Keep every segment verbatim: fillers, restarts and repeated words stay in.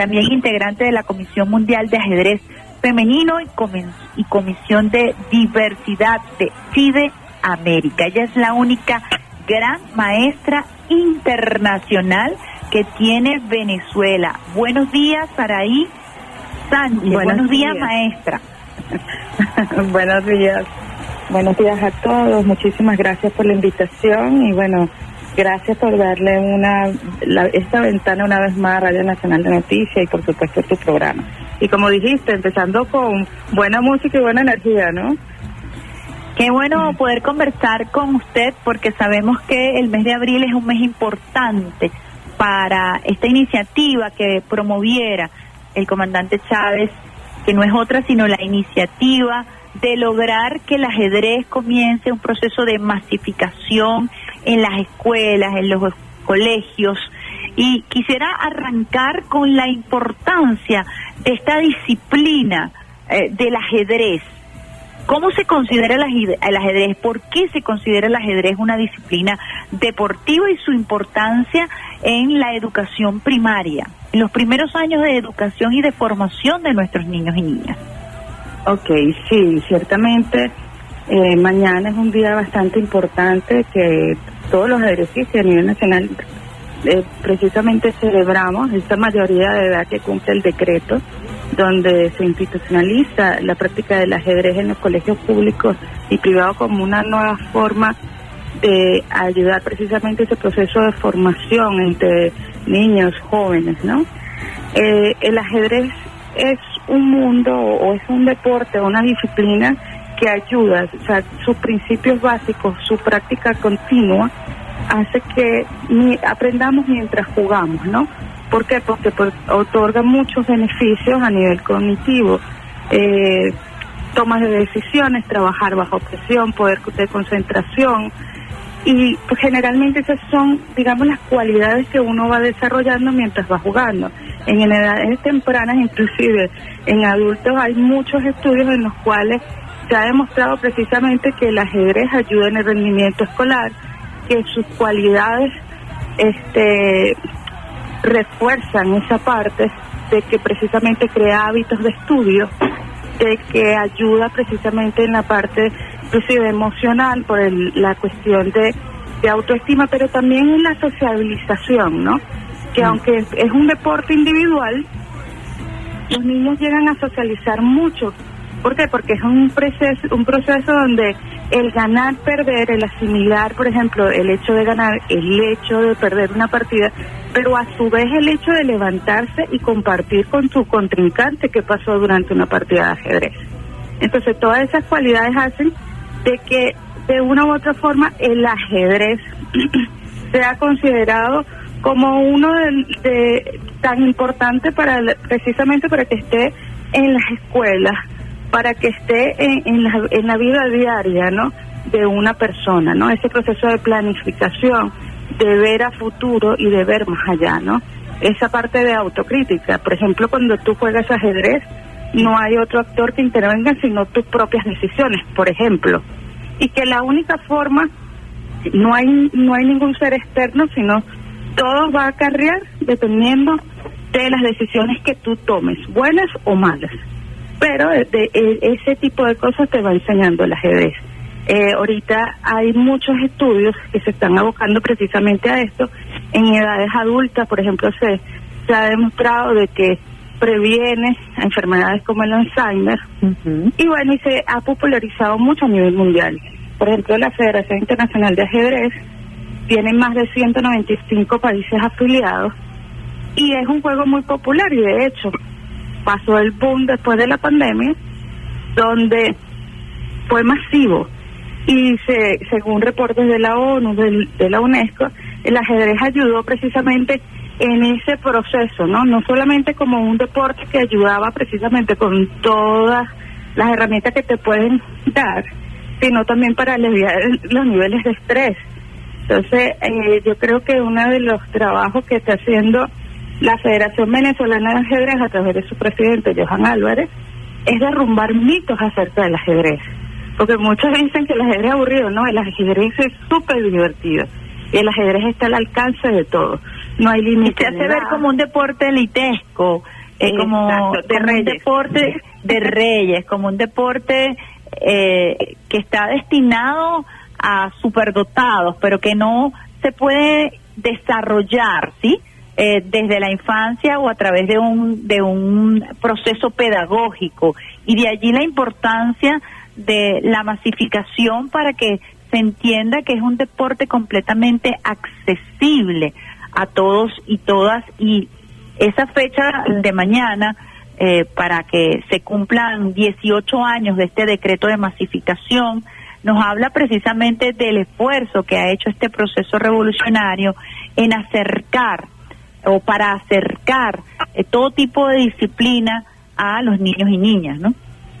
también integrante de la Comisión Mundial de Ajedrez Femenino y, comen- y Comisión de Diversidad de FIDE América. Ella es la única gran maestra internacional que tiene Venezuela. Buenos días, Saraí Sánchez. Buenos, Buenos días, días, maestra. Buenos días. Buenos días a todos. Muchísimas gracias por la invitación y bueno, gracias por darle una la, esta ventana una vez más a Radio Nacional de Noticias y por supuesto tu programa. Y como dijiste, empezando con buena música y buena energía, ¿no? Qué bueno poder conversar con usted porque sabemos que el mes de abril es un mes importante para esta iniciativa que promoviera el comandante Chávez, que no es otra sino la iniciativa de lograr que el ajedrez comience un proceso de masificación en las escuelas, en los colegios. Y quisiera arrancar con la importancia de esta disciplina eh, del ajedrez. ¿Cómo se considera el ajedrez, el ajedrez? ¿Por qué se considera el ajedrez una disciplina deportiva y su importancia en la educación primaria, en los primeros años de educación y de formación de nuestros niños y niñas? Ok, sí, ciertamente eh, mañana es un día bastante importante que todos los ajedrecistas a nivel nacional eh, precisamente celebramos esta mayoría de edad que cumple el decreto donde se institucionaliza la práctica del ajedrez en los colegios públicos y privados como una nueva forma de ayudar precisamente ese proceso de formación entre niños, jóvenes, ¿no? Eh, el ajedrez es un mundo o es un deporte, una disciplina que ayuda, o sea, sus principios básicos, su práctica continua, hace que ni aprendamos mientras jugamos, ¿no? ¿Por qué? Porque pues, otorga muchos beneficios a nivel cognitivo, eh, tomas de decisiones, trabajar bajo presión, poder de concentración, y pues, generalmente esas son, digamos, las cualidades que uno va desarrollando mientras va jugando. En edades tempranas, inclusive en adultos, hay muchos estudios en los cuales se ha demostrado precisamente que el ajedrez ayuda en el rendimiento escolar, que sus cualidades este refuerzan esa parte de que precisamente crea hábitos de estudio, de que ayuda precisamente en la parte inclusive emocional por el, la cuestión de, de autoestima, pero también en la sociabilización, ¿no? Que mm. aunque es, es un deporte individual, los niños llegan a socializar mucho. ¿Por qué? Porque es un proceso, un proceso donde el ganar, perder, el asimilar, por ejemplo, el hecho de ganar, el hecho de perder una partida, pero a su vez el hecho de levantarse y compartir con tu contrincante qué pasó durante una partida de ajedrez. Entonces, todas esas cualidades hacen de que, de una u otra forma, el ajedrez sea considerado como uno de, de tan importante para precisamente para que esté en las escuelas, para que esté en, en, la, en la vida diaria, ¿no?, de una persona, ¿no? Ese proceso de planificación, de ver a futuro y de ver más allá, ¿no? Esa parte de autocrítica. Por ejemplo, cuando tú juegas ajedrez, no hay otro actor que intervenga sino tus propias decisiones, por ejemplo. Y que la única forma, no hay no hay ningún ser externo, sino todo va a acarrear dependiendo de las decisiones que tú tomes, buenas o malas. Pero de, de, de ese tipo de cosas te va enseñando el ajedrez. Eh, ahorita hay muchos estudios que se están abocando precisamente a esto. En edades adultas, por ejemplo, se, se ha demostrado de que previene a enfermedades como el Alzheimer. Uh-huh. Y bueno, y se ha popularizado mucho a nivel mundial. Por ejemplo, la Federación Internacional de Ajedrez tiene más de ciento noventa y cinco países afiliados y es un juego muy popular, y de hecho pasó el boom después de la pandemia, donde fue masivo, y se, según reportes de la ONU, de, de la UNESCO, el ajedrez ayudó precisamente en ese proceso, ¿no? No solamente como un deporte que ayudaba precisamente con todas las herramientas que te pueden dar, sino también para aliviar los niveles de estrés. Entonces, eh, yo creo que uno de los trabajos que está haciendo la Federación Venezolana de Ajedrez a través de su presidente, Johan Álvarez, es derrumbar mitos acerca del ajedrez. Porque muchos dicen que el ajedrez es aburrido. No, el ajedrez es súper divertido. Y el ajedrez está al alcance de todos. no hay límite. Se hace ver como un deporte elitesco, eh, como, Exacto, de como un deporte de reyes, como un deporte eh, que está destinado a superdotados, pero que no se puede desarrollar, ¿sí? Eh, desde la infancia o a través de un de un proceso pedagógico, y de allí la importancia de la masificación para que se entienda que es un deporte completamente accesible a todos y todas, y esa fecha de mañana eh, para que se cumplan dieciocho años de este decreto de masificación nos habla precisamente del esfuerzo que ha hecho este proceso revolucionario en acercar o para acercar eh, todo tipo de disciplina a los niños y niñas, ¿no?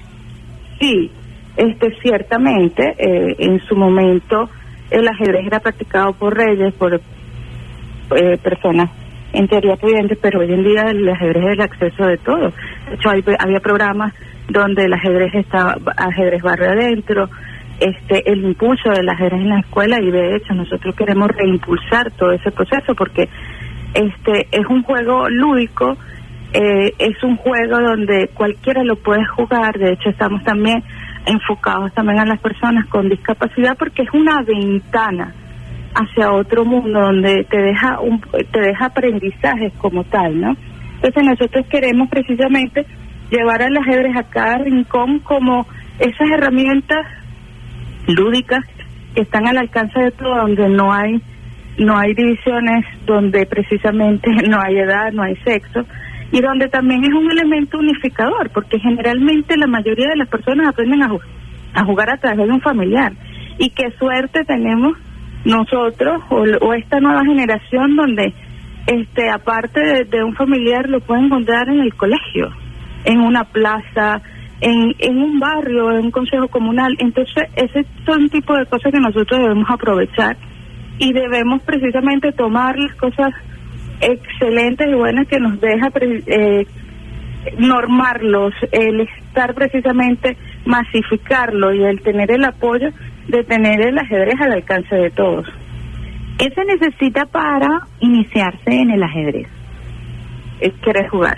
Sí, este ciertamente eh, en su momento el ajedrez era practicado por reyes, por eh, personas en teoría pudientes, pero hoy en día el ajedrez es el acceso de todos. De hecho, hay, había programas donde el ajedrez estaba, ajedrez barrio adentro, este el impulso del ajedrez en la escuela, y de hecho nosotros queremos reimpulsar todo ese proceso porque este es un juego lúdico, eh, es un juego donde cualquiera lo puede jugar. De hecho, estamos también enfocados también a las personas con discapacidad porque es una ventana hacia otro mundo donde te deja un, te deja aprendizajes como tal, ¿no? Entonces nosotros queremos precisamente llevar al ajedrez a cada rincón como esas herramientas lúdicas que están al alcance de todo, donde no hay no hay divisiones, donde precisamente no hay edad, no hay sexo, y donde también es un elemento unificador, porque generalmente la mayoría de las personas aprenden a, ju- a jugar a través de un familiar, y qué suerte tenemos nosotros o, o esta nueva generación donde este aparte de, de un familiar lo pueden encontrar en el colegio, en una plaza, en, en un barrio, en un consejo comunal. Entonces ese son tipo de cosas que nosotros debemos aprovechar y debemos precisamente tomar las cosas excelentes y buenas que nos deja eh, normarlos, el estar precisamente masificarlo y el tener el apoyo de tener el ajedrez al alcance de todos. ¿Qué se necesita para iniciarse en el ajedrez? Es querer jugar,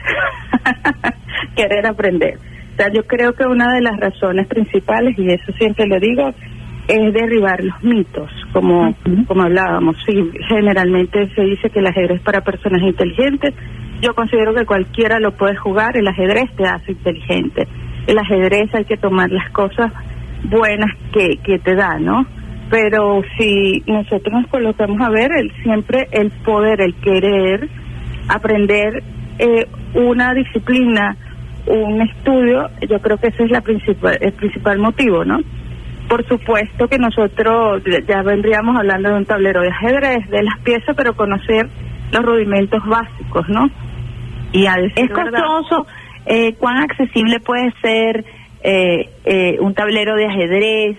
querer aprender. O sea, yo creo que una de las razones principales, y eso siempre lo digo, es derribar los mitos, como uh-huh. como hablábamos. Sí, generalmente se dice que el ajedrez es para personas inteligentes. Yo considero que cualquiera lo puede jugar. El ajedrez te hace inteligente. El ajedrez hay que tomar las cosas buenas que, que te da, ¿no? Pero si nosotros nos colocamos a ver, el, siempre el poder, el querer aprender eh, una disciplina, un estudio, yo creo que ese es la principal, el principal motivo, ¿no? Por supuesto que nosotros ya vendríamos hablando de un tablero de ajedrez, de las piezas, pero conocer los rudimentos básicos, ¿no? Y a decir, ¿es costoso? Eh, ¿Cuán accesible puede ser eh, eh, un tablero de ajedrez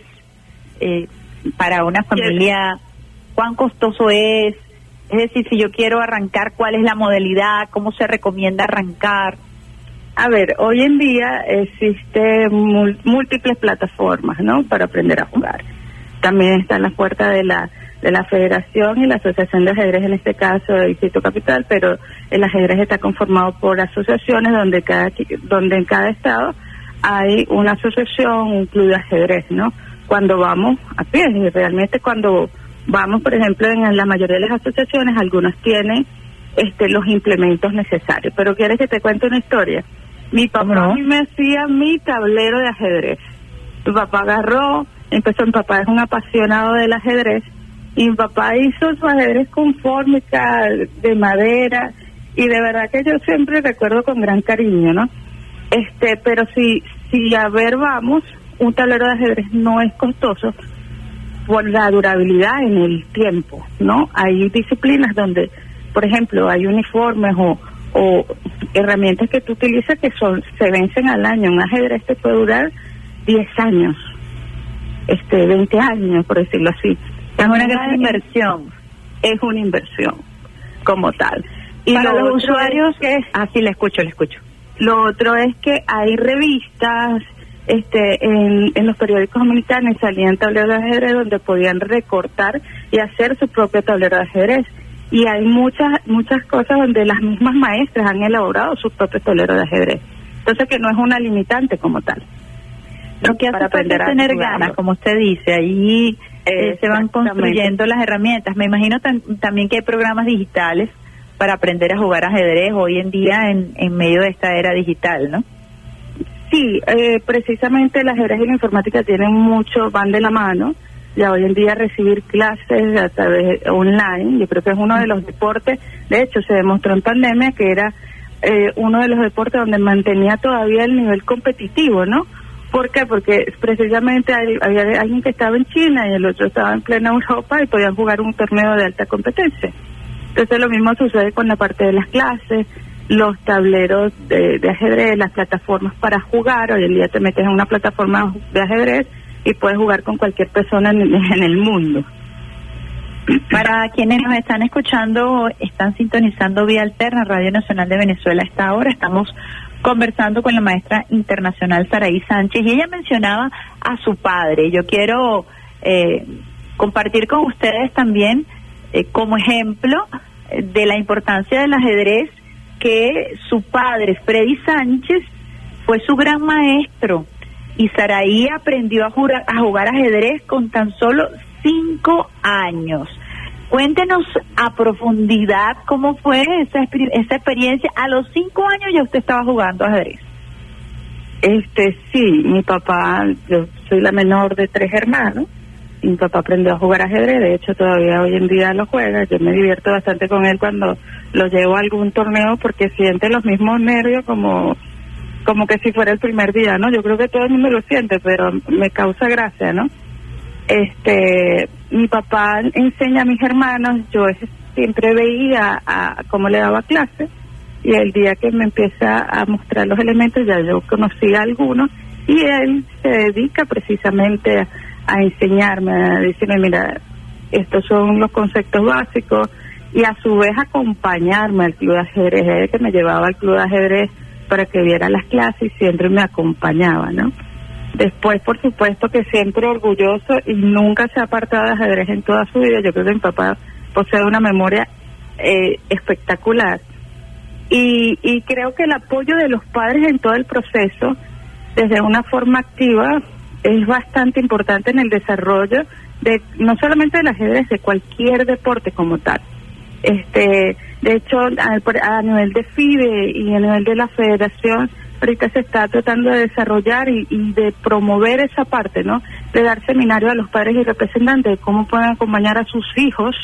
eh, para una familia? ¿Cuán costoso es? Es decir, si yo quiero arrancar, ¿cuál es la modalidad? ¿Cómo se recomienda arrancar? A ver, hoy en día existe múltiples plataformas, ¿no?, para aprender a jugar. También está en la puerta de la de la Federación y la Asociación de Ajedrez, en este caso de Distrito Capital, pero el ajedrez está conformado por asociaciones donde cada donde en cada estado hay una asociación, un club de ajedrez, ¿no? Cuando vamos a pie, y realmente cuando vamos, por ejemplo, en la mayoría de las asociaciones, algunos tienen este los implementos necesarios. Pero ¿quieres que te cuente una historia? Mi papá ¿No? a mí me hacía mi tablero de ajedrez. Mi papá agarró, empezó, mi papá es un apasionado del ajedrez, y mi papá hizo su ajedrez con fórmica de madera, y de verdad que yo siempre recuerdo con gran cariño, ¿no? Este, pero si, si a ver vamos, un tablero de ajedrez no es costoso por la durabilidad en el tiempo, ¿no? Hay disciplinas donde, por ejemplo, hay uniformes o, o herramientas que tú utilizas que son se vencen al año. Un ajedrez te puede durar diez años, este veinte años, por decirlo así. Es una gran inversión. Es una inversión como tal. Y para los usuarios, que es, ah, sí, le escucho, le escucho. Lo otro es que hay revistas, este, en, en los periódicos dominicanos salían tableros de ajedrez donde podían recortar y hacer su propio tablero de ajedrez. y hay muchas muchas cosas donde las mismas maestras han elaborado sus propios tableros de ajedrez. Entonces que no es una limitante como tal. Lo que hace falta es tener ganas, como usted dice, ahí eh, se van construyendo las herramientas. Me imagino tam también que hay programas digitales para aprender a jugar ajedrez hoy en día en, en medio de esta era digital, ¿no? Sí, eh, precisamente el ajedrez y la informática tienen mucho, van de la mano. Ya hoy en día recibir clases a través de online, yo creo que es uno de los deportes, de hecho se demostró en pandemia que era eh, uno de los deportes donde mantenía todavía el nivel competitivo, ¿no? ¿Por qué? Porque precisamente hay, había alguien que estaba en China y el otro estaba en plena Europa y podían jugar un torneo de alta competencia. Entonces lo mismo sucede con la parte de las clases, los tableros de, de ajedrez, las plataformas para jugar. Hoy en día te metes en una plataforma de ajedrez y puedes jugar con cualquier persona en, en el mundo. Para quienes nos están escuchando, están sintonizando Vía Alterna, Radio Nacional de Venezuela a esta hora. Estamos conversando con la maestra internacional Saraí Sánchez y ella mencionaba a su padre. Yo quiero eh, compartir con ustedes también eh, como ejemplo eh, de la importancia del ajedrez, que su padre, Freddy Sánchez, fue su gran maestro y Saraí aprendió a, jugar, a jugar ajedrez con tan solo cinco años. Cuéntenos a profundidad cómo fue esa, esa experiencia. A los cinco años ya usted estaba jugando ajedrez. Este, sí, mi papá, yo soy la menor de tres hermanos, y mi papá aprendió a jugar ajedrez, de hecho todavía hoy en día lo juega. Yo me divierto bastante con él cuando lo llevo a algún torneo porque siente los mismos nervios como como que si fuera el primer día, ¿no? Yo creo que todo el mundo lo siente, pero me causa gracia, ¿no? Este, mi papá enseña a mis hermanos, yo siempre veía a, a cómo le daba clase, y el día que me empieza a mostrar los elementos ya yo conocía algunos, y él se dedica precisamente a, a enseñarme, a decirme, mira, estos son los conceptos básicos, y a su vez acompañarme al club de ajedrez, él que me llevaba al club de ajedrez para que viera las clases y siempre me acompañaba, ¿no? Después, por supuesto, que siempre orgulloso y nunca se ha apartado de ajedrez en toda su vida. Yo creo que mi papá posee una memoria eh, espectacular. Y, y creo que el apoyo de los padres en todo el proceso, desde una forma activa, es bastante importante en el desarrollo de no solamente del ajedrez, de cualquier deporte como tal. Este, de hecho, a, a nivel de FIDE y a nivel de la federación, ahorita se está tratando de desarrollar y, y de promover esa parte, ¿no? De dar seminarios a los padres y representantes de cómo pueden acompañar a sus hijos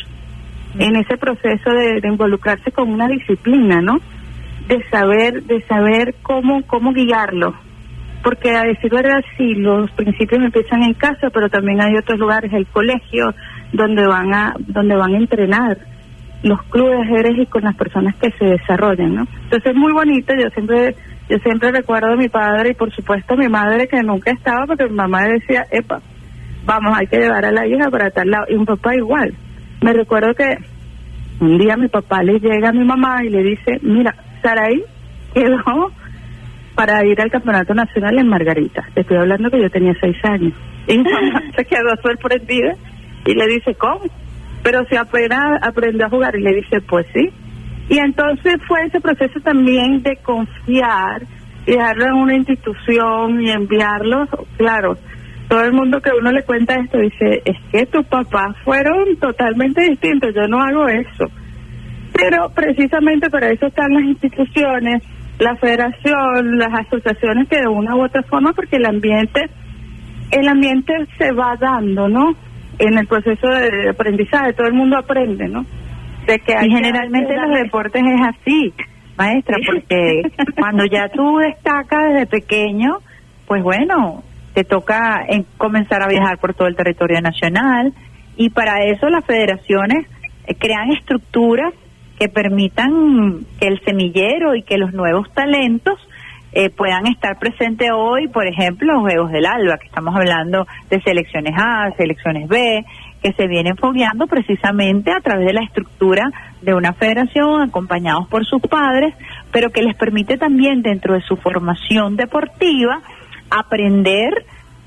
en ese proceso de, de involucrarse con una disciplina, ¿no? De saber, de saber cómo, cómo guiarlo. Porque a decir verdad, sí, los principios empiezan en casa, pero también hay otros lugares, el colegio, donde van a, donde van a entrenar los clubes de ajedrez y con las personas que se desarrollan, ¿no? Entonces es muy bonito. Yo siempre yo siempre recuerdo a mi padre y por supuesto a mi madre, que nunca estaba, porque mi mamá decía, epa, vamos, hay que llevar a la hija para tal lado, y un papá igual. Me recuerdo que un día mi papá le llega a mi mamá y le dice, mira, Saraí quedó para ir al campeonato nacional en Margarita. Te estoy hablando que yo tenía seis años. Y mi mamá se quedó sorprendida y le dice, ¿cómo? Pero si apenas aprendió a jugar, y le dice, pues sí. Y entonces fue ese proceso también de confiar y dejarlo en una institución y enviarlo. Claro, todo el mundo que uno le cuenta esto dice, es que tus papás fueron totalmente distintos, yo no hago eso. Pero precisamente para eso están las instituciones, la federación, las asociaciones, que de una u otra forma, porque el ambiente, el ambiente se va dando, ¿no? En el proceso de aprendizaje, todo el mundo aprende, ¿no? De que hay y generalmente los deportes es así, maestra, porque cuando ya tú destacas desde pequeño, pues bueno, te toca en comenzar a viajar por todo el territorio nacional, y para eso las federaciones eh, crean estructuras que permitan que el semillero y que los nuevos talentos eh, puedan estar presentes hoy, por ejemplo, los Juegos del Alba, que estamos hablando de selecciones A, selecciones B, que se vienen fogueando precisamente a través de la estructura de una federación, acompañados por sus padres, pero que les permite también, dentro de su formación deportiva, aprender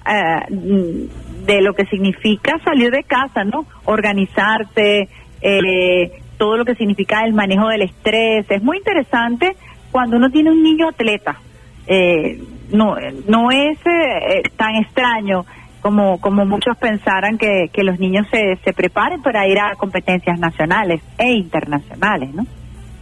eh, de lo que significa salir de casa, ¿no? Organizarte, eh, todo lo que significa el manejo del estrés. Es muy interesante cuando uno tiene un niño atleta. Eh, no no es eh, tan extraño como como muchos pensaran que, que los niños se, se preparen para ir a competencias nacionales e internacionales, ¿no?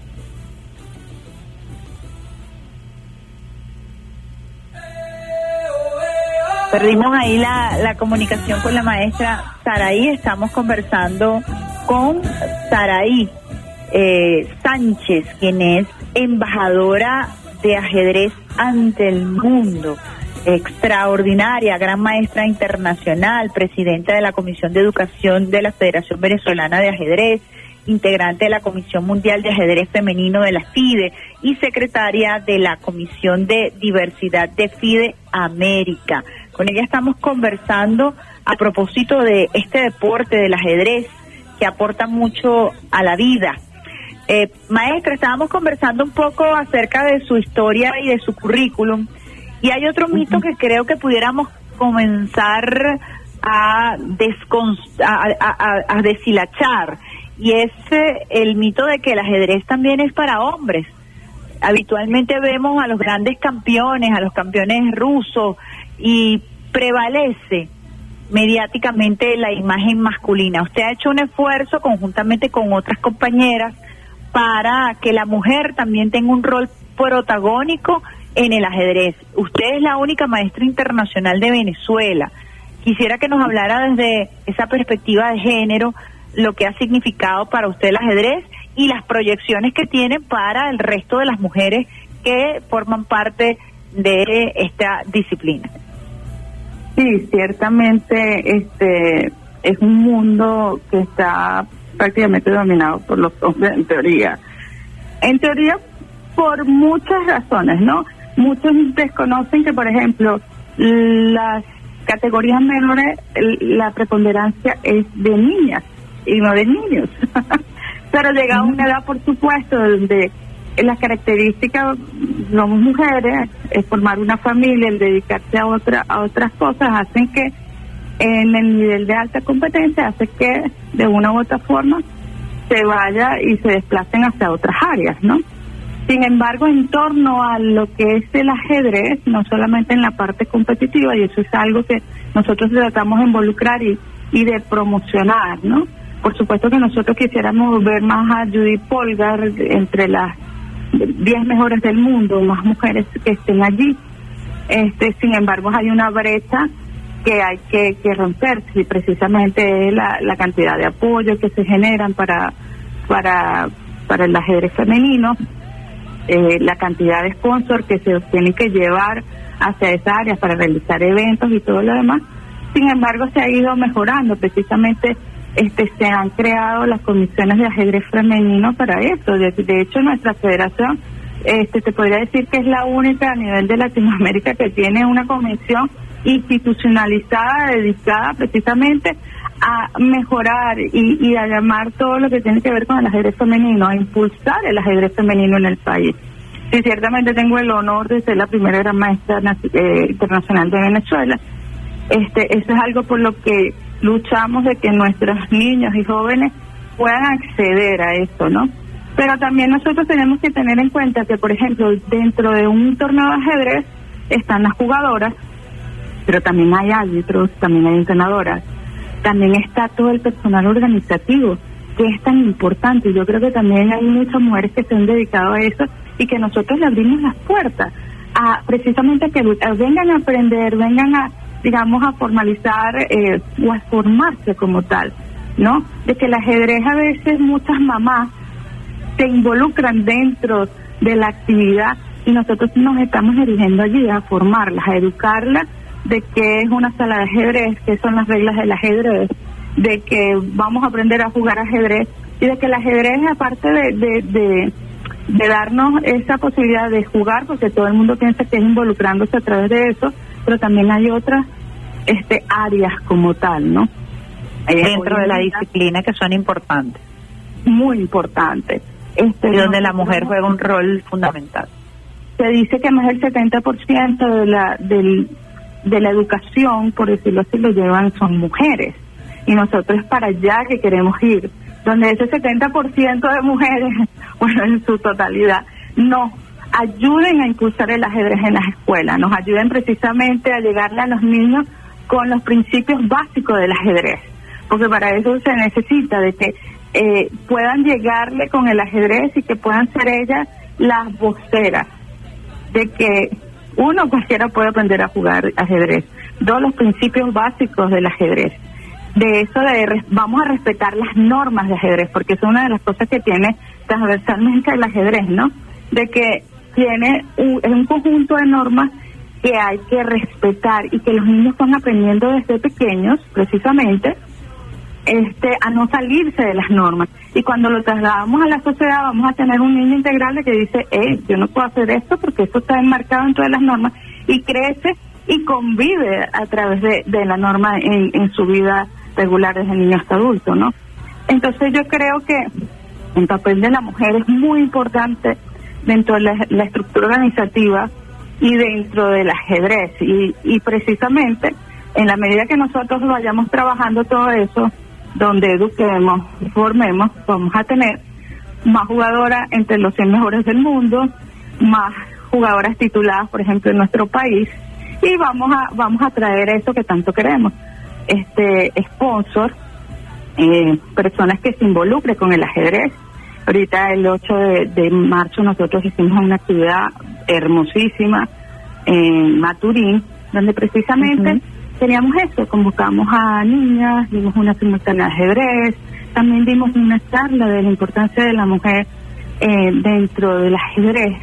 Perdimos ahí la, la comunicación con la maestra Saraí. Estamos conversando con Saraí eh, Sánchez, quien es embajadora de ajedrez ante el mundo. Extraordinaria, gran maestra internacional, presidenta de la Comisión de Educación de la Federación Venezolana de Ajedrez, integrante de la Comisión Mundial de Ajedrez Femenino de la FIDE y secretaria de la Comisión de Diversidad de FIDE América. Con ella estamos conversando a propósito de este deporte del ajedrez que aporta mucho a la vida. Eh, maestra, estábamos conversando un poco acerca de su historia y de su currículum, y hay otro uh-huh. mito que creo que pudiéramos comenzar a, descon- a, a, a deshilachar, y es eh, el mito de que el ajedrez también es para hombres. Habitualmente vemos a los grandes campeones, a los campeones rusos, y prevalece mediáticamente la imagen masculina. Usted ha hecho un esfuerzo conjuntamente con otras compañeras para que la mujer también tenga un rol protagónico en el ajedrez. Usted es la única maestra internacional de Venezuela. Quisiera que nos hablara desde esa perspectiva de género lo que ha significado para usted el ajedrez y las proyecciones que tiene para el resto de las mujeres que forman parte de esta disciplina. Sí, ciertamente este es un mundo que está prácticamente dominado por los hombres en teoría. En teoría, por muchas razones, ¿no? Muchos desconocen que, por ejemplo, las categorías menores, la preponderancia es de niñas y no de niños. Pero llega a una edad, por supuesto, donde las características, somos mujeres, es formar una familia, el dedicarse a otra a otras cosas, hacen que en el nivel de alta competencia, hace que de una u otra forma se vaya y se desplacen hacia otras áreas, ¿no? Sin embargo, en torno a lo que es el ajedrez, no solamente en la parte competitiva, y eso es algo que nosotros tratamos de involucrar y, y de promocionar, ¿no? Por supuesto que nosotros quisiéramos ver más a Judith Polgar entre las diez mejores del mundo, más mujeres que estén allí. Este, sin embargo, hay una brecha que hay que, que romper, y precisamente es la, la cantidad de apoyo que se generan para para para el ajedrez femenino, eh, la cantidad de sponsors que se tienen que llevar hacia esa área para realizar eventos y todo lo demás. Sin embargo, se ha ido mejorando. Precisamente este se han creado las comisiones de ajedrez femenino para eso. De, de hecho, nuestra federación, este te podría decir que es la única a nivel de Latinoamérica que tiene una comisión institucionalizada dedicada precisamente a mejorar y, y a llamar todo lo que tiene que ver con el ajedrez femenino, a impulsar el ajedrez femenino en el país. Sí, ciertamente tengo el honor de ser la primera gran maestra eh, internacional de Venezuela. Este, eso es algo por lo que luchamos, de que nuestros niños y jóvenes puedan acceder a esto, ¿no? Pero también nosotros tenemos que tener en cuenta que, por ejemplo, dentro de un torneo de ajedrez están las jugadoras, pero también hay árbitros, también hay entrenadoras, también está todo el personal organizativo, que es tan importante, y yo creo que también hay muchas mujeres que se han dedicado a eso, y que nosotros le abrimos las puertas a precisamente que vengan a aprender, vengan a, digamos, a formalizar eh, o a formarse como tal, ¿no? De que el ajedrez, a veces muchas mamás se involucran dentro de la actividad, y nosotros nos estamos dirigiendo allí a formarlas, a educarlas de qué es una sala de ajedrez, qué son las reglas del ajedrez, de que vamos a aprender a jugar ajedrez, y de que el ajedrez, aparte de, de, de, de darnos esa posibilidad de jugar, porque todo el mundo piensa que es involucrándose a través de eso, pero también hay otras este áreas como tal, ¿no? Dentro de la disciplina que son importantes. Muy importantes. Este, y donde la mujer juega un rol fundamental. Se dice que más del setenta por ciento de la, del, de la educación, por decirlo así, lo llevan son mujeres. Y nosotros para allá que queremos ir. donde ese setenta por ciento de mujeres, bueno, en su totalidad, nos ayuden a impulsar el ajedrez en las escuelas, nos ayuden precisamente a llegarle a los niños con los principios básicos del ajedrez, porque para eso se necesita de que eh, puedan llegarle con el ajedrez y que puedan ser ellas las voceras de que uno, cualquiera puede aprender a jugar ajedrez, dos, los principios básicos del ajedrez, de eso de res, vamos a respetar las normas de ajedrez, porque es una de las cosas que tiene transversalmente el ajedrez, ¿no? De que tiene un, es un conjunto de normas que hay que respetar y que los niños están aprendiendo desde pequeños, precisamente, este, a no salirse de las normas. Y cuando lo trasladamos a la sociedad, vamos a tener un niño integral que dice, eh, yo no puedo hacer esto porque esto está enmarcado en todas las normas, y crece y convive a través de, de la norma en, en su vida regular desde niño hasta adulto, ¿no? Entonces yo creo que el papel de la mujer es muy importante dentro de la, la estructura organizativa y dentro del ajedrez, y, y precisamente en la medida que nosotros vayamos trabajando todo eso, donde eduquemos, formemos, vamos a tener más jugadoras entre los cien mejores del mundo, más jugadoras tituladas, por ejemplo, en nuestro país, y vamos a vamos a traer eso que tanto queremos, este sponsor, eh, personas que se involucren con el ajedrez. Ahorita el ocho de, de marzo nosotros hicimos una actividad hermosísima en Maturín, donde precisamente uh-huh. teníamos eso, convocamos a niñas, dimos una simultánea de ajedrez, también dimos una charla de la importancia de la mujer eh, dentro del ajedrez.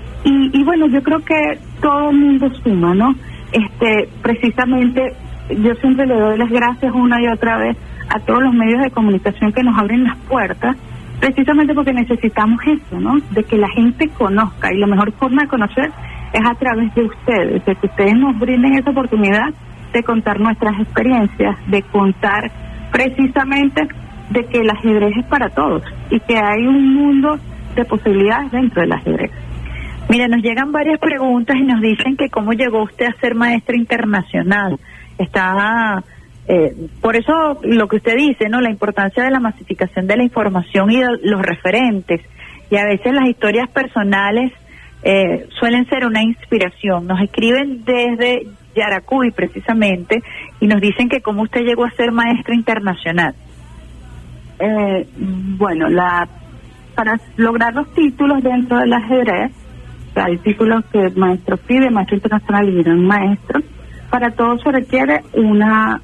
Y, y bueno, yo creo que todo el mundo suma, ¿no? Este, precisamente yo siempre le doy las gracias una y otra vez a todos los medios de comunicación que nos abren las puertas, precisamente porque necesitamos eso, ¿no? De que la gente conozca, y la mejor forma de conocer es a través de ustedes, de que ustedes nos brinden esa oportunidad de contar nuestras experiencias, de contar precisamente de que el ajedrez es para todos y que hay un mundo de posibilidades dentro del ajedrez. Mira, nos llegan varias preguntas y nos dicen que cómo llegó usted a ser maestra internacional. Está, eh, por eso lo que usted dice, ¿no? La importancia de la masificación de la información y de los referentes. Y a veces las historias personales eh, suelen ser una inspiración. Nos escriben desde Yaracuy, precisamente, y nos dicen que cómo usted llegó a ser maestra internacional. Eh, bueno, la para lograr los títulos dentro del ajedrez, hay títulos que el maestro pide, maestro internacional y gran maestro. Para todo se requiere una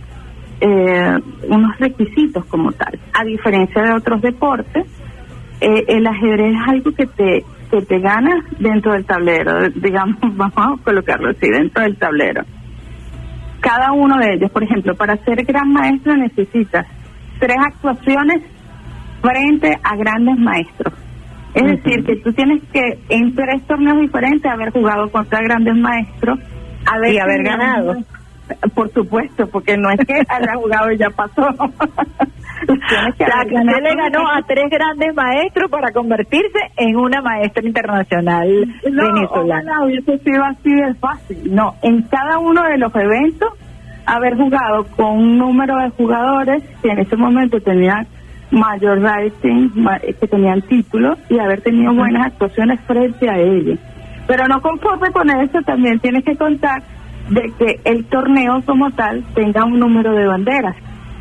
eh, unos requisitos como tal. A diferencia de otros deportes, eh, el ajedrez es algo que te que te gana dentro del tablero, digamos, vamos a colocarlo así, dentro del tablero. Cada uno de ellos, por ejemplo, para ser gran maestro necesitas tres actuaciones frente a grandes maestros. Es uh-huh. decir, que tú tienes que en tres torneos diferentes haber jugado contra grandes maestros, haber y haber ganado. Por supuesto, porque no es que haya jugado y ya pasó. Tienes que o sea, que usted le ganó a tres grandes maestros para convertirse en una maestra internacional no, venezolana. No, hubiese sido así de fácil. No, en cada uno de los eventos haber jugado con un número de jugadores que en ese momento tenían mayor rating, que tenían títulos, y haber tenido buenas actuaciones frente a ellos. Pero no conforme con eso, también tienes que contar de que el torneo como tal tenga un número de banderas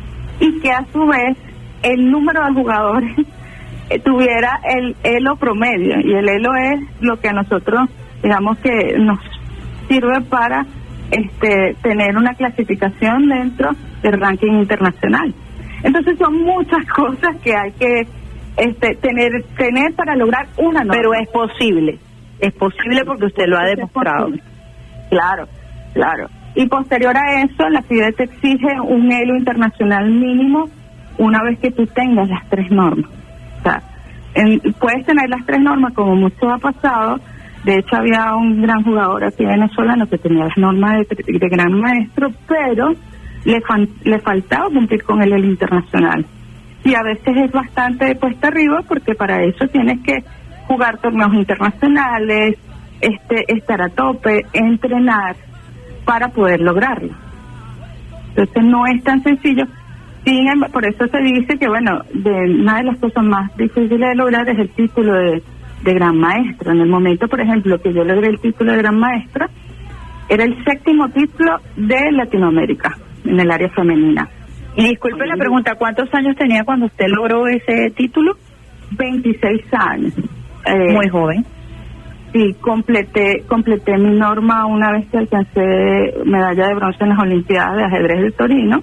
y que a su vez el número de jugadores tuviera el elo promedio, y el elo es lo que a nosotros, digamos, que nos sirve para este tener una clasificación dentro del ranking internacional. Entonces son muchas cosas que hay que este tener tener para lograr una norma. Pero es posible, es posible porque usted lo ha demostrado. Claro, claro. Y posterior a eso, la F I D E te exige un elo internacional mínimo una vez que tú tengas las tres normas. O sea, en, puedes tener las tres normas como mucho ha pasado. De hecho, había un gran jugador aquí venezolano que tenía las normas de, de gran maestro, pero le, fan, le faltaba cumplir con el elo internacional. Y a veces es bastante cuesta arriba porque para eso tienes que jugar torneos internacionales, este estar a tope, entrenar para poder lograrlo. Entonces no es tan sencillo, Sí, por eso se dice que, bueno, de una de las cosas más difíciles de lograr es el título de, de gran maestro. En el momento, por ejemplo, que yo logré el título de gran maestra, era el séptimo título de Latinoamérica en el área femenina. Y disculpe la pregunta, ¿cuántos años tenía cuando usted logró ese título? veintiséis años. Eh, Muy joven. Sí, completé completé mi norma una vez que alcancé medalla de bronce en las Olimpiadas de Ajedrez de Torino.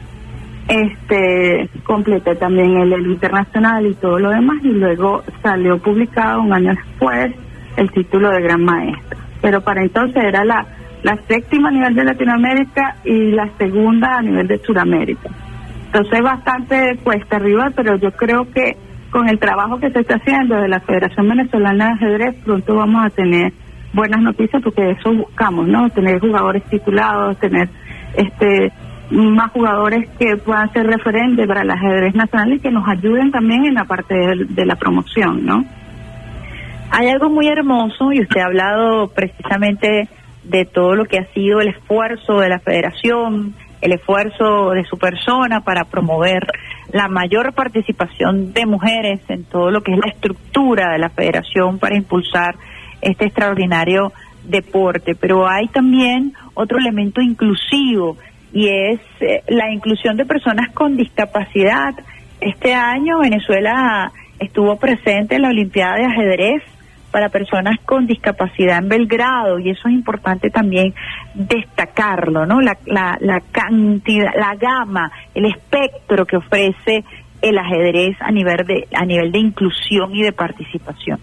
Este, completé también el, el internacional y todo lo demás, y luego salió publicado un año después el título de gran maestra. Pero para entonces era la, la séptima a nivel de Latinoamérica y la segunda a nivel de Sudamérica. Entonces bastante cuesta arriba, pero yo creo que con el trabajo que se está haciendo de la Federación Venezolana de Ajedrez, pronto vamos a tener buenas noticias, porque eso buscamos, ¿no? Tener jugadores titulados, tener este más jugadores que puedan ser referentes para el ajedrez nacional y que nos ayuden también en la parte de, de la promoción, ¿no? Hay algo muy hermoso, y usted ha hablado precisamente de todo lo que ha sido el esfuerzo de la federación, el esfuerzo de su persona para promover la mayor participación de mujeres en todo lo que es la estructura de la federación para impulsar este extraordinario deporte. Pero hay también otro elemento inclusivo, y es eh, la inclusión de personas con discapacidad. Este año Venezuela estuvo presente en la Olimpiada de Ajedrez para personas con discapacidad en Belgrado, y eso es importante también destacarlo, ¿no? La, la, la cantidad, la gama, el espectro que ofrece el ajedrez a nivel de a nivel de inclusión y de participación.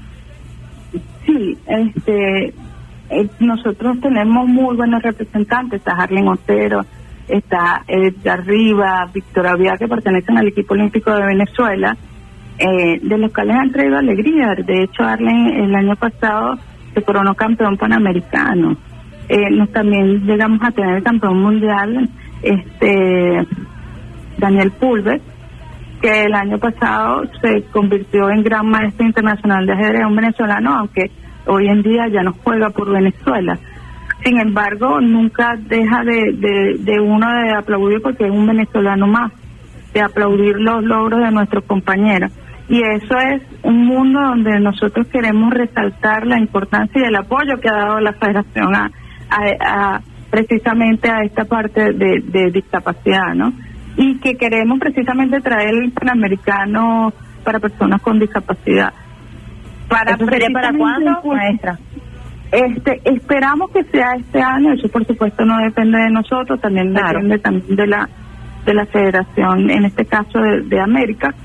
Sí, este eh, nosotros tenemos muy buenos representantes. Está Arlen Otero, está Edgar Riva, Víctor Aviar, que pertenecen al equipo olímpico de Venezuela, eh, de los cuales han traído alegría. De hecho, Arlen el año pasado se coronó campeón panamericano. Eh, nos también llegamos a tener el campeón mundial, este Daniel Pulver, que el año pasado se convirtió en gran maestro internacional de ajedrez, un venezolano, aunque hoy en día ya no juega por Venezuela. Sin embargo, nunca deja de, de, de uno de aplaudir, porque es un venezolano más, de aplaudir los logros de nuestros compañeros. Y eso es un mundo donde nosotros queremos resaltar la importancia y el apoyo que ha dado la Federación a, a, a precisamente a esta parte de, de discapacidad, ¿no? Y que queremos precisamente traer el Panamericano para personas con discapacidad. Para ¿Eso sería para cuándo, maestra? Este, esperamos que sea este año. Eso por supuesto no depende de nosotros, también claro. depende también de la de la Federación, en este caso de, de América,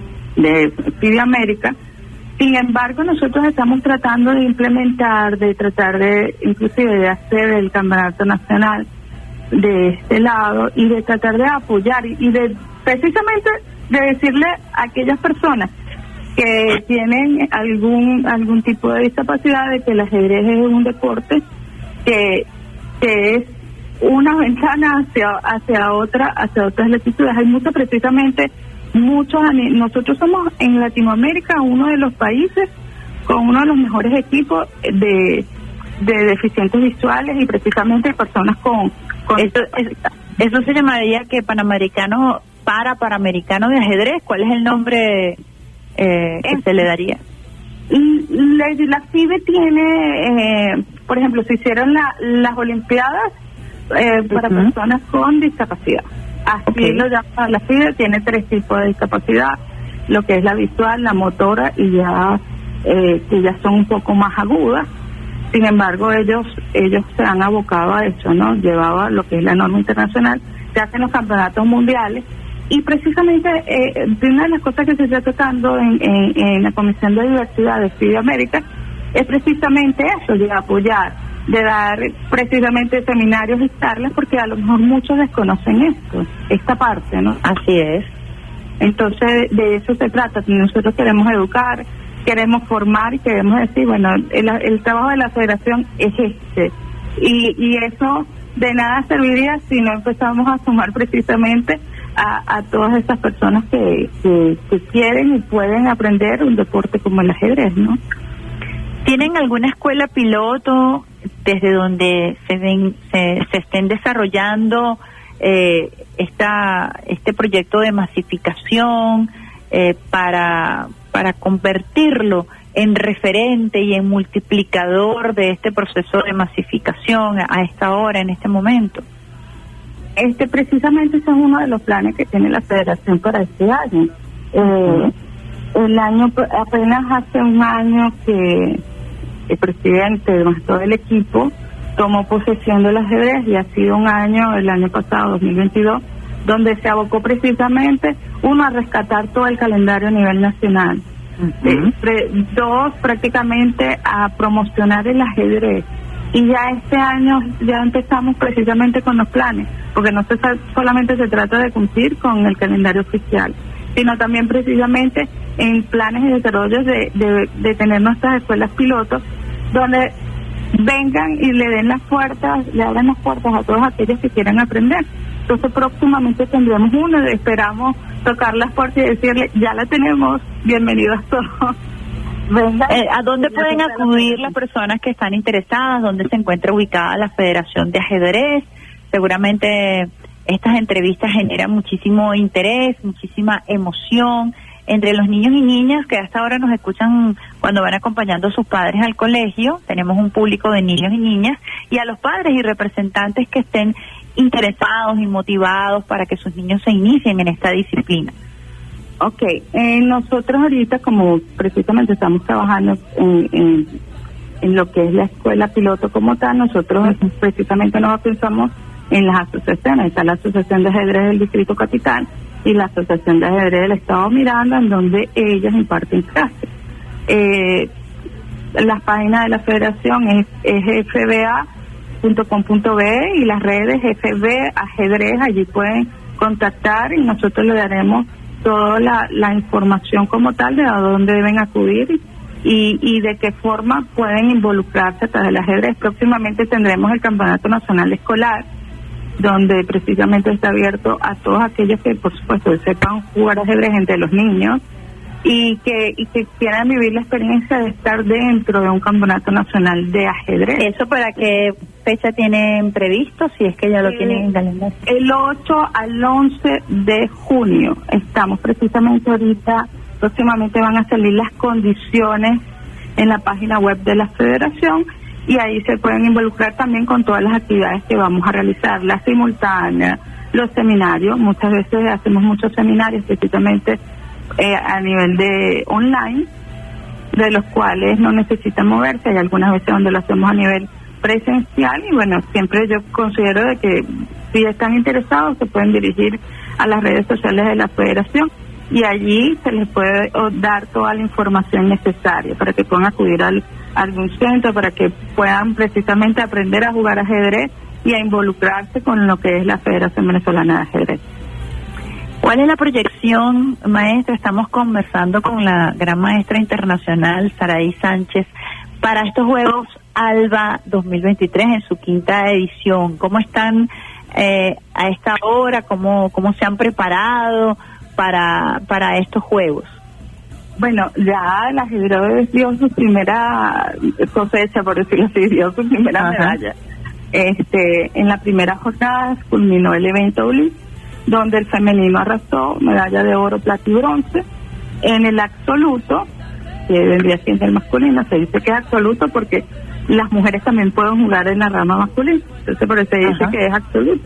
de FIDE América. Sin embargo, nosotros estamos tratando de implementar, de tratar de, inclusive de hacer el campeonato nacional de este lado, y de tratar de apoyar y, y de precisamente de decirle a aquellas personas que tienen algún algún tipo de discapacidad de que el ajedrez es un deporte que, que es una ventana hacia hacia otra hacia otras latitudes. Hay mucho, precisamente muchos, nosotros somos en Latinoamérica uno de los países con uno de los mejores equipos de de deficientes visuales, y precisamente personas con, con eso, es, eso se llamaría que Panamericano para Panamericano de ajedrez. ¿Cuál es el nombre eh, que es, se le daría? La, la FIDE tiene, eh, por ejemplo, se hicieron la, las Olimpiadas eh, para uh-huh. personas con discapacidad. Así okay. lo llama la FIDE. Tiene tres tipos de discapacidad: lo que es la visual, la motora, y ya eh, que ya son un poco más agudas. Sin embargo, ellos ellos se han abocado a eso, ¿no? Llevaba lo que es la norma internacional, se hacen los campeonatos mundiales, y precisamente eh, una de las cosas que se está tratando en, en, en la Comisión de Diversidad de FIDE América es precisamente eso, de apoyar, de dar precisamente seminarios y charlas, porque a lo mejor muchos desconocen esto, esta parte, ¿no? Así es. Entonces, de eso se trata. Nosotros queremos educar, queremos formar y queremos decir, bueno, el, el trabajo de la federación es este, y, y eso de nada serviría si no empezamos a sumar precisamente a, a todas esas personas que, que, que quieren y pueden aprender un deporte como el ajedrez, ¿no? ¿Tienen alguna escuela piloto desde donde se ven, se, se estén desarrollando eh, esta este proyecto de masificación eh, para para convertirlo en referente y en multiplicador de este proceso de masificación a esta hora, en este momento? Este precisamente ese es uno de los planes que tiene la Federación para este año. Eh, el año apenas hace un año que el presidente, más todo el equipo, tomó posesión del ajedrez, y ha sido un año, el año pasado, dos mil veintidós, donde se abocó precisamente, uno, a rescatar todo el calendario a nivel nacional, uh-huh. eh, pre, dos, prácticamente a promocionar el ajedrez, y ya este año ya empezamos precisamente con los planes, porque no se, solamente se trata de cumplir con el calendario oficial, sino también precisamente en planes y desarrollos de, de, de tener nuestras escuelas pilotos, donde vengan y le den las puertas, le abran las puertas a todos aquellos que quieran aprender. Entonces próximamente tendremos uno, esperamos tocar las puertas y decirle, ya la tenemos, bienvenidos todos. Vengan. Eh, ¿A dónde pueden acudir las personas que están interesadas? ¿Dónde se encuentra ubicada la Federación de Ajedrez? Seguramente estas entrevistas generan muchísimo interés, muchísima emoción entre los niños y niñas que hasta ahora nos escuchan cuando van acompañando a sus padres al colegio. Tenemos un público de niños y niñas, y a los padres y representantes que estén interesados y motivados para que sus niños se inicien en esta disciplina. Ok, eh, nosotros ahorita, como precisamente estamos trabajando en, en, en lo que es la escuela piloto como tal, nosotros uh-huh. precisamente nos pensamos en las asociaciones. Está la Asociación de Ajedrez del Distrito Capital y la Asociación de Ajedrez del Estado Miranda, en donde ellos imparten clases. Eh, la página de la federación es, es f b a punto com punto b e y las redes F B Ajedrez, allí pueden contactar y nosotros le daremos toda la, la información como tal de a dónde deben acudir y, y de qué forma pueden involucrarse a través del ajedrez. Próximamente tendremos el Campeonato Nacional Escolar, donde precisamente está abierto a todos aquellos que, por supuesto, sepan jugar ajedrez entre los niños y que y que quieran vivir la experiencia de estar dentro de un campeonato nacional de ajedrez. ¿Eso para qué fecha tienen previsto, si es que ya lo eh, tienen en calendario? El ocho al once de junio. Estamos precisamente ahorita, próximamente van a salir las condiciones en la página web de la federación, y ahí se pueden involucrar también con todas las actividades que vamos a realizar, las simultáneas, los seminarios. Muchas veces hacemos muchos seminarios precisamente eh, a nivel de online, de los cuales no necesitan moverse. Hay algunas veces donde lo hacemos a nivel presencial, y bueno, siempre yo considero de que si están interesados se pueden dirigir a las redes sociales de la federación, y allí se les puede dar toda la información necesaria para que puedan acudir al algún centro, para que puedan precisamente aprender a jugar ajedrez y a involucrarse con lo que es la Federación Venezolana de Ajedrez. ¿Cuál es la proyección, maestra? Estamos conversando con la gran maestra internacional Saraí Sánchez para estos Juegos ALBA dos mil veintitrés en su quinta edición. ¿Cómo están eh, a esta hora? ¿Cómo, cómo se han preparado para, para estos Juegos? Bueno, ya el ajedrez dio su primera cosecha, por decirlo así, dio su primera Ajá. medalla. Este, en la primera jornada culminó el evento U L I, donde el femenino arrasó medalla de oro, plata y bronce. En el absoluto, que vendría siendo el masculino, se dice que es absoluto porque las mujeres también pueden jugar en la rama masculina, entonces por eso se dice Ajá. que es absoluto.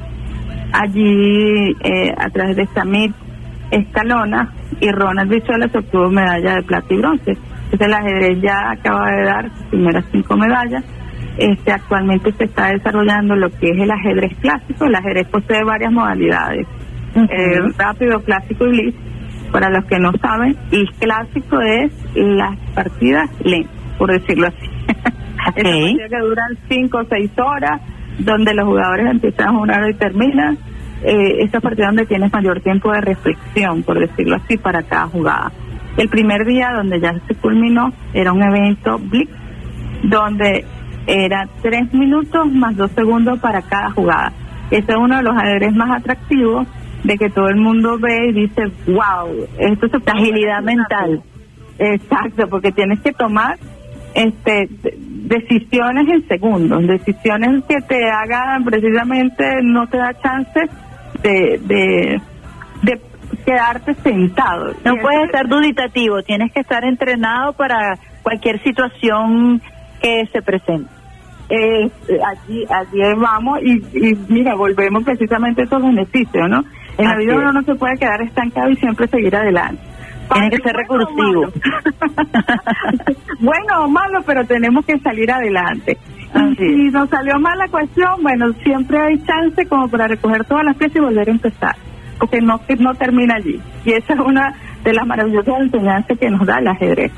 Allí, eh, a través de Samir Escalona y Ronald Bichuela, se obtuvo medalla de plata y bronce. Entonces el ajedrez ya acaba de dar sus primeras cinco medallas. Este, actualmente se está desarrollando lo que es el ajedrez clásico. El ajedrez posee varias modalidades, uh-huh. eh, rápido, clásico y blitz. Para los que no saben, el clásico es las partidas lentas, por decirlo así. Okay. Esas partidas que duran cinco o seis horas, donde los jugadores empiezan a jugar y terminan. Eh, esa partida donde tienes mayor tiempo de reflexión, por decirlo así, para cada jugada. El primer día, donde ya se culminó, era un evento blitz, donde era tres minutos más dos segundos para cada jugada. Ese es uno de los ajedrez más atractivos, de que todo el mundo ve y dice, wow, esto es agilidad mental. Exacto, porque tienes que tomar este decisiones en segundos, decisiones que te hagan precisamente, no te da chance de, de, de quedarte sentado. No y puedes eso, ser duditativo, tienes que estar entrenado para cualquier situación que se presente. Eh, allí allí vamos y, y mira, volvemos precisamente a esos beneficios, ¿no? En la vida uno no se puede quedar estancado y siempre seguir adelante. Tiene que ser recursivo. Bueno o malo, pero tenemos que salir adelante. Y si nos salió mal la cuestión, bueno, siempre hay chance como para recoger todas las piezas y volver a empezar, porque no, no termina allí. Y esa es una de las maravillosas enseñanzas que nos da el ajedrez.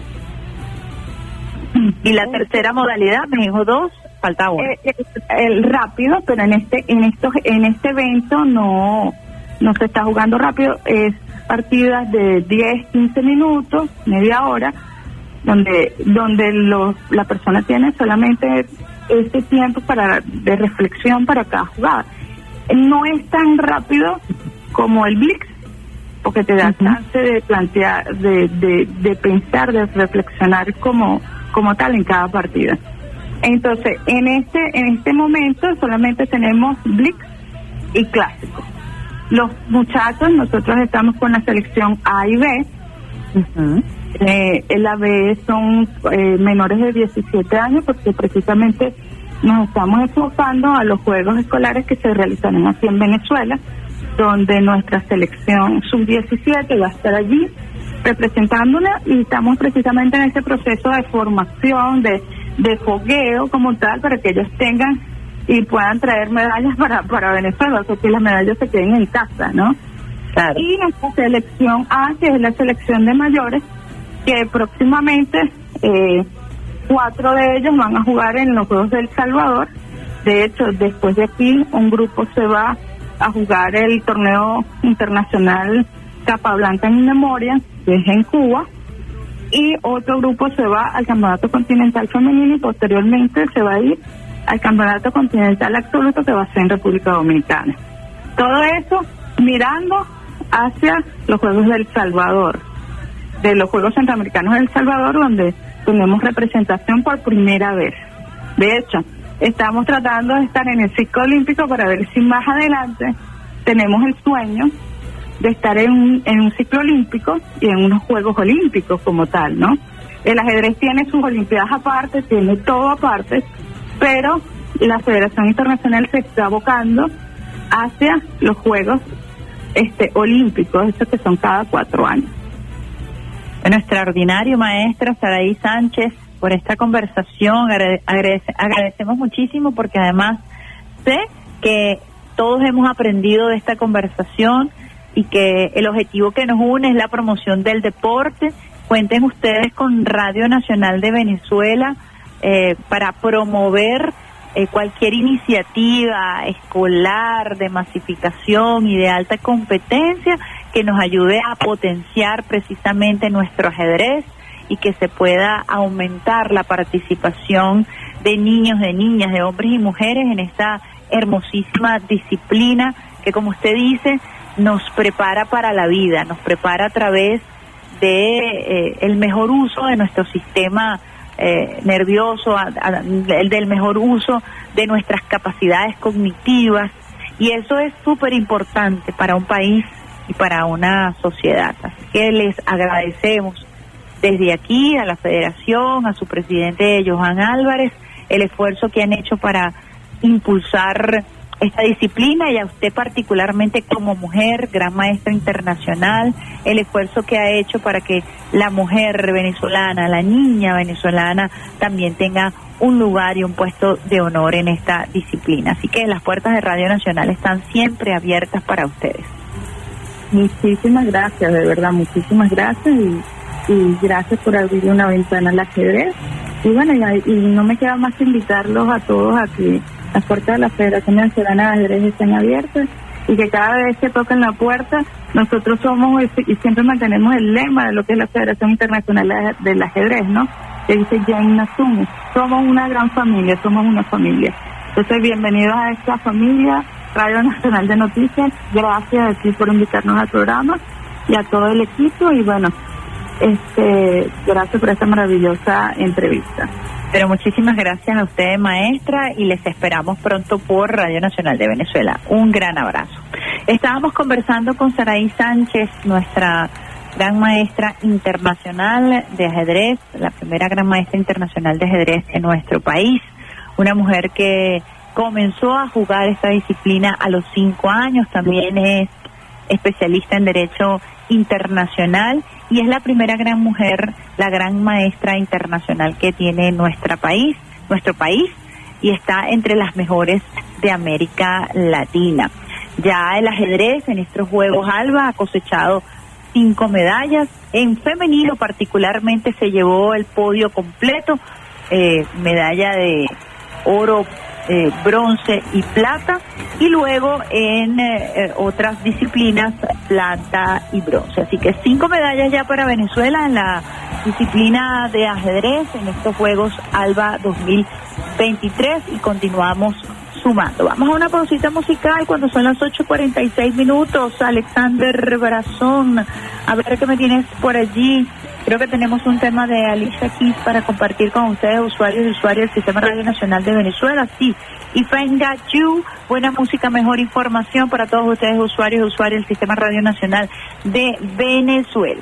Y la tercera modalidad, me dijo dos, falta una. Eh, eh, el rápido, pero en este en estos en este evento no no se está jugando rápido, es partidas de diez, quince minutos, media hora, donde donde los la persona tiene solamente este tiempo para de reflexión para cada jugada. No es tan rápido como el Blitz, porque te da uh-huh. chance de plantear, de, de, de pensar, de reflexionar como como tal en cada partida. Entonces, en este en este momento solamente tenemos Blitz y Clásico. Los muchachos, nosotros estamos con la selección A y B. Uh-huh. Eh, la B son eh, menores de diecisiete años, porque precisamente nos estamos enfocando a los juegos escolares que se realizarán aquí en Venezuela, donde nuestra selección sub diecisiete va a estar allí representándola, y estamos precisamente en ese proceso de formación, de, de fogueo como tal, para que ellos tengan y puedan traer medallas para, para Venezuela, o sea, que las medallas se queden en casa, ¿no? Claro. Y nuestra selección A, que es la selección de mayores, que próximamente eh, cuatro de ellos van a jugar en los Juegos de El Salvador. De hecho, después de aquí, un grupo se va a jugar el torneo internacional Capablanca en Memoria, que es en Cuba, y otro grupo se va al Campeonato Continental Femenino y posteriormente se va a ir al Campeonato Continental Absoluto, que va a ser en República Dominicana. Todo eso mirando hacia los Juegos de El Salvador, de los Juegos Centroamericanos de El Salvador, donde tenemos representación por primera vez. De hecho, estamos tratando de estar en el ciclo olímpico para ver si más adelante tenemos el sueño de estar en un, en un ciclo olímpico y en unos Juegos Olímpicos como tal, ¿no? El ajedrez tiene sus olimpiadas aparte, tiene todo aparte, pero la Federación Internacional se está abocando hacia los Juegos este olímpicos, estos que son cada cuatro años. Bueno, extraordinario, maestra Saraí Sánchez, por esta conversación. Agradece, agradecemos muchísimo, porque además sé que todos hemos aprendido de esta conversación y que el objetivo que nos une es la promoción del deporte. Cuenten ustedes con Radio Nacional de Venezuela eh, para promover eh, cualquier iniciativa escolar de masificación y de alta competencia que nos ayude a potenciar precisamente nuestro ajedrez y que se pueda aumentar la participación de niños, de niñas, de hombres y mujeres en esta hermosísima disciplina que, como usted dice, nos prepara para la vida, nos prepara a través de eh, el mejor uso de nuestro sistema eh, nervioso, a, a, el del mejor uso de nuestras capacidades cognitivas, y eso es súper importante para un país y para una sociedad. Así que les agradecemos desde aquí a la Federación, a su presidente Johan Álvarez, el esfuerzo que han hecho para impulsar esta disciplina, y a usted particularmente como mujer, gran maestra internacional, el esfuerzo que ha hecho para que la mujer venezolana, la niña venezolana, también tenga un lugar y un puesto de honor en esta disciplina. Así que las puertas de Radio Nacional están siempre abiertas para ustedes. Muchísimas gracias, de verdad, muchísimas gracias, y, y gracias por abrir una ventana al ajedrez. Y bueno, y, y no me queda más que invitarlos a todos a que las puertas de la Federación Venezolana de Ajedrez estén abiertas, y que cada vez que toquen la puerta, nosotros somos, y siempre mantenemos el lema de lo que es la Federación Internacional del Ajedrez, ¿no? Que dice Jane Nazumi, somos una gran familia, somos una familia. Entonces, bienvenidos a esta familia, Radio Nacional de Noticias. Gracias a ti por invitarnos al programa y a todo el equipo, y bueno, este gracias por esta maravillosa entrevista. Pero muchísimas gracias a usted, maestra, y les esperamos pronto por Radio Nacional de Venezuela. Un gran abrazo. Estábamos conversando con Saraí Sánchez, nuestra gran maestra internacional de ajedrez, la primera gran maestra internacional de ajedrez en nuestro país, una mujer que comenzó a jugar esta disciplina a los cinco años, también es especialista en Derecho Internacional y es la primera gran mujer, la gran maestra internacional que tiene nuestro país, nuestro país, y está entre las mejores de América Latina. Ya el ajedrez en estos Juegos Alba ha cosechado cinco medallas, en femenino particularmente se llevó el podio completo, eh, medalla de oro, eh, bronce y plata, y luego en eh, otras disciplinas plata y bronce. Así que cinco medallas ya para Venezuela en la disciplina de ajedrez en estos Juegos Alba dos mil veintitrés y continuamos sumando. Vamos a una pausita musical cuando son las ocho cuarenta y seis minutos. Alexander Brazón, a ver qué me tienes por allí. Creo que tenemos un tema de Alicia Keys para compartir con ustedes, usuarios y usuarias del Sistema Radio Nacional de Venezuela. Sí, If I Got You, buena música, mejor información para todos ustedes, usuarios y usuarias del Sistema Radio Nacional de Venezuela.